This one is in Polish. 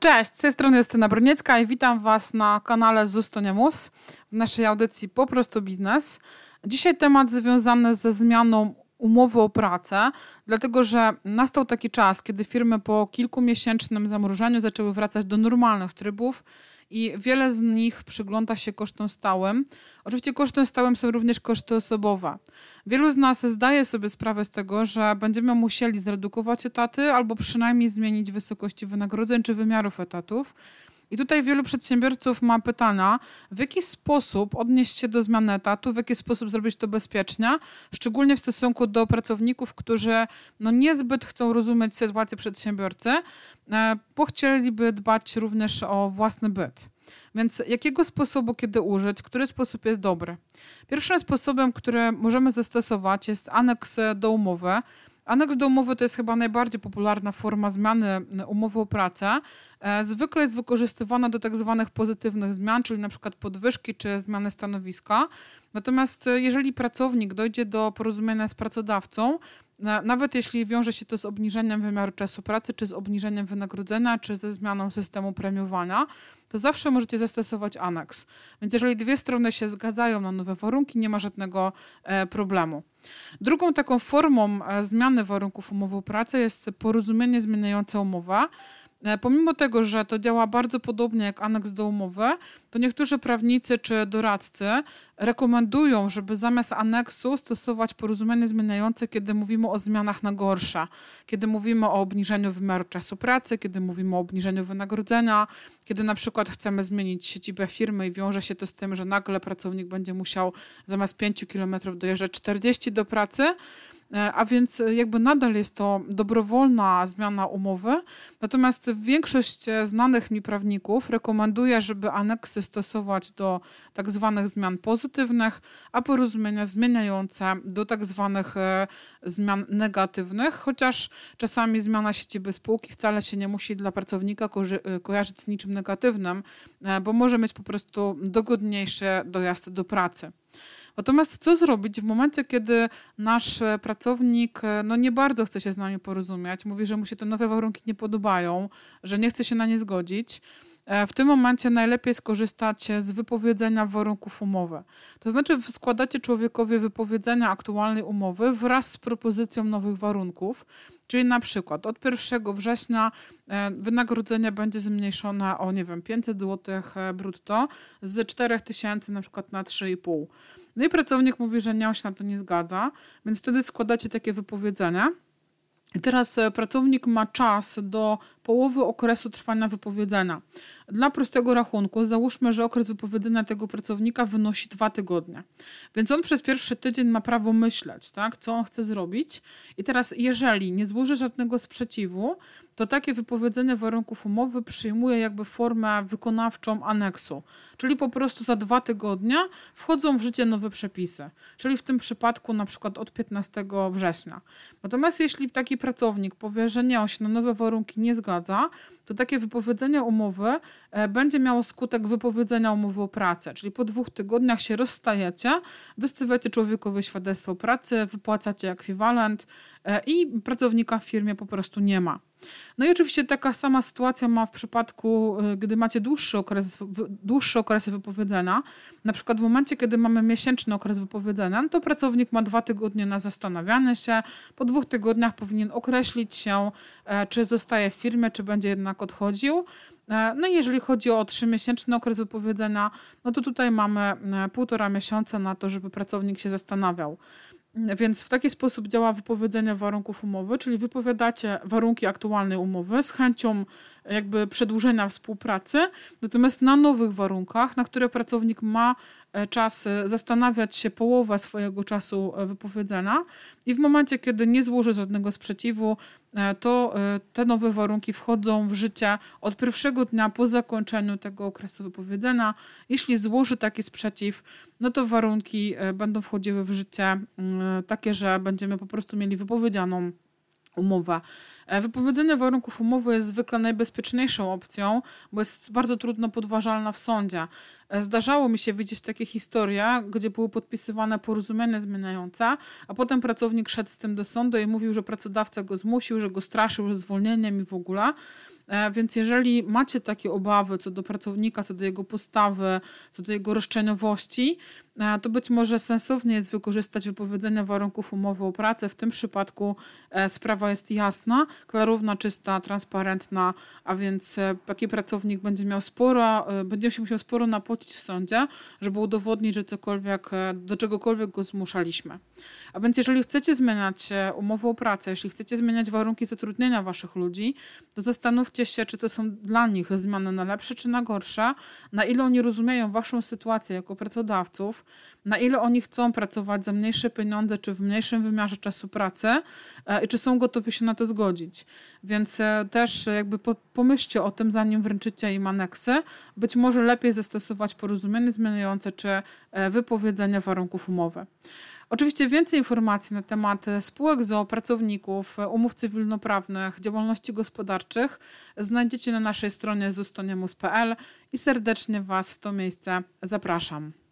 Cześć, z tej strony Justyna Broniecka i witam Was na kanale ZUS to nie mus, w naszej audycji Po prostu biznes. Dzisiaj temat związany ze zmianą umowy o pracę, dlatego że nastał taki czas, kiedy firmy po kilkumiesięcznym zamrożeniu zaczęły wracać do normalnych trybów i wiele z nich przygląda się kosztom stałym. Oczywiście kosztem stałym są również koszty osobowe. Wielu z nas zdaje sobie sprawę z tego, że będziemy musieli zredukować etaty albo przynajmniej zmienić wysokości wynagrodzeń czy wymiarów etatów. I tutaj wielu przedsiębiorców ma pytania, w jaki sposób odnieść się do zmiany etatu, w jaki sposób zrobić to bezpiecznie, szczególnie w stosunku do pracowników, którzy niezbyt chcą rozumieć sytuację przedsiębiorcy, bo chcieliby dbać również o własny byt. Więc jakiego sposobu kiedy użyć, który sposób jest dobry? Pierwszym sposobem, który możemy zastosować, jest aneks do umowy. Aneks do umowy to jest chyba najbardziej popularna forma zmiany umowy o pracę. Zwykle jest wykorzystywana do tak zwanych pozytywnych zmian, czyli na przykład podwyżki czy zmiany stanowiska. Natomiast jeżeli pracownik dojdzie do porozumienia z pracodawcą, nawet jeśli wiąże się to z obniżeniem wymiaru czasu pracy, czy z obniżeniem wynagrodzenia, czy ze zmianą systemu premiowania, to zawsze możecie zastosować aneks. Więc jeżeli dwie strony się zgadzają na nowe warunki, nie ma żadnego problemu. Drugą taką formą zmiany warunków umowy o pracę jest porozumienie zmieniające umowę. Pomimo tego, że to działa bardzo podobnie jak aneks do umowy, to niektórzy prawnicy czy doradcy rekomendują, żeby zamiast aneksu stosować porozumienie zmieniające, kiedy mówimy o zmianach na gorsze, kiedy mówimy o obniżeniu wymiaru czasu pracy, kiedy mówimy o obniżeniu wynagrodzenia, kiedy na przykład chcemy zmienić siedzibę firmy i wiąże się to z tym, że nagle pracownik będzie musiał zamiast 5 km dojeżdżać 40 do pracy, a więc jakby nadal jest to dobrowolna zmiana umowy. Natomiast większość znanych mi prawników rekomenduje, żeby aneksy stosować do tak zwanych zmian pozytywnych, a porozumienia zmieniające do tak zwanych zmian negatywnych, chociaż czasami zmiana siedziby spółki wcale się nie musi dla pracownika kojarzyć z niczym negatywnym, bo może mieć po prostu dogodniejszy dojazd do pracy. Natomiast co zrobić w momencie, kiedy nasz pracownik nie bardzo chce się z nami porozumieć, mówi, że mu się te nowe warunki nie podobają, że nie chce się na nie zgodzić? W tym momencie najlepiej skorzystać z wypowiedzenia warunków umowy. To znaczy składacie człowiekowi wypowiedzenia aktualnej umowy wraz z propozycją nowych warunków, czyli na przykład od 1 września wynagrodzenie będzie zmniejszone o 500 zł brutto z 4000 na przykład na 3,5. No i pracownik mówi, że on się na to nie zgadza, więc wtedy składacie takie wypowiedzenie. I teraz pracownik ma czas do połowy okresu trwania wypowiedzenia. Dla prostego rachunku załóżmy, że okres wypowiedzenia tego pracownika wynosi 2 tygodnie. Więc on przez pierwszy tydzień ma prawo myśleć, tak, co on chce zrobić. I teraz jeżeli nie złoży żadnego sprzeciwu, to takie wypowiedzenie warunków umowy przyjmuje jakby formę wykonawczą aneksu. Czyli po prostu za 2 tygodnie wchodzą w życie nowe przepisy. Czyli w tym przypadku na przykład od 15 września. Natomiast jeśli taki pracownik powie, że nie, on się na nowe warunki nie zgadza, to takie wypowiedzenie umowy będzie miało skutek wypowiedzenia umowy o pracę. Czyli po 2 tygodniach się rozstajecie, wystawiacie człowiekowi świadectwo pracy, wypłacacie ekwiwalent i pracownika w firmie po prostu nie ma. No i oczywiście taka sama sytuacja ma w przypadku, gdy macie dłuższe okresy wypowiedzenia. Na przykład w momencie, kiedy mamy miesięczny okres wypowiedzenia, to pracownik ma 2 tygodnie na zastanawianie się. Po 2 tygodniach powinien określić się, czy zostaje w firmie, czy będzie jednak odchodził. No i jeżeli chodzi o 3-miesięczny okres wypowiedzenia, no to tutaj mamy 1,5 miesiąca na to, żeby pracownik się zastanawiał. Więc w taki sposób działa wypowiedzenie warunków umowy, czyli wypowiadacie warunki aktualnej umowy z chęcią jakby przedłużenia współpracy, natomiast na nowych warunkach, na które pracownik ma czas zastanawiać się połowę swojego czasu wypowiedzenia i w momencie, kiedy nie złoży żadnego sprzeciwu, to te nowe warunki wchodzą w życie od pierwszego dnia po zakończeniu tego okresu wypowiedzenia. Jeśli złoży taki sprzeciw, no to warunki będą wchodziły w życie takie, że będziemy po prostu mieli wypowiedzianą umowę. Wypowiedzenie warunków umowy jest zwykle najbezpieczniejszą opcją, bo jest bardzo trudno podważalna w sądzie. Zdarzało mi się widzieć takie historie, gdzie były podpisywane porozumienia zmieniające, a potem pracownik szedł z tym do sądu i mówił, że pracodawca go zmusił, że go straszył zwolnieniem i w ogóle. Więc jeżeli macie takie obawy co do pracownika, co do jego postawy, co do jego roszczeniowości, to być może sensownie jest wykorzystać wypowiedzenie warunków umowy o pracę. W tym przypadku sprawa jest jasna, klarowna, czysta, transparentna, a więc taki pracownik będzie się musiał sporo napocić w sądzie, żeby udowodnić, że do czegokolwiek go zmuszaliśmy. A więc jeżeli chcecie zmieniać umowę o pracę, jeśli chcecie zmieniać warunki zatrudnienia waszych ludzi, to zastanówcie się, czy to są dla nich zmiany na lepsze czy na gorsze, na ile oni rozumieją waszą sytuację jako pracodawców, na ile oni chcą pracować za mniejsze pieniądze, czy w mniejszym wymiarze czasu pracy i czy są gotowi się na to zgodzić. Więc też jakby pomyślcie o tym, zanim wręczycie im aneksy. Być może lepiej zastosować porozumienie zmieniające, czy wypowiedzenie warunków umowy. Oczywiście więcej informacji na temat spółek z o.o., pracowników, umów cywilnoprawnych, działalności gospodarczych znajdziecie na naszej stronie zustoniemus.pl i serdecznie Was w to miejsce zapraszam.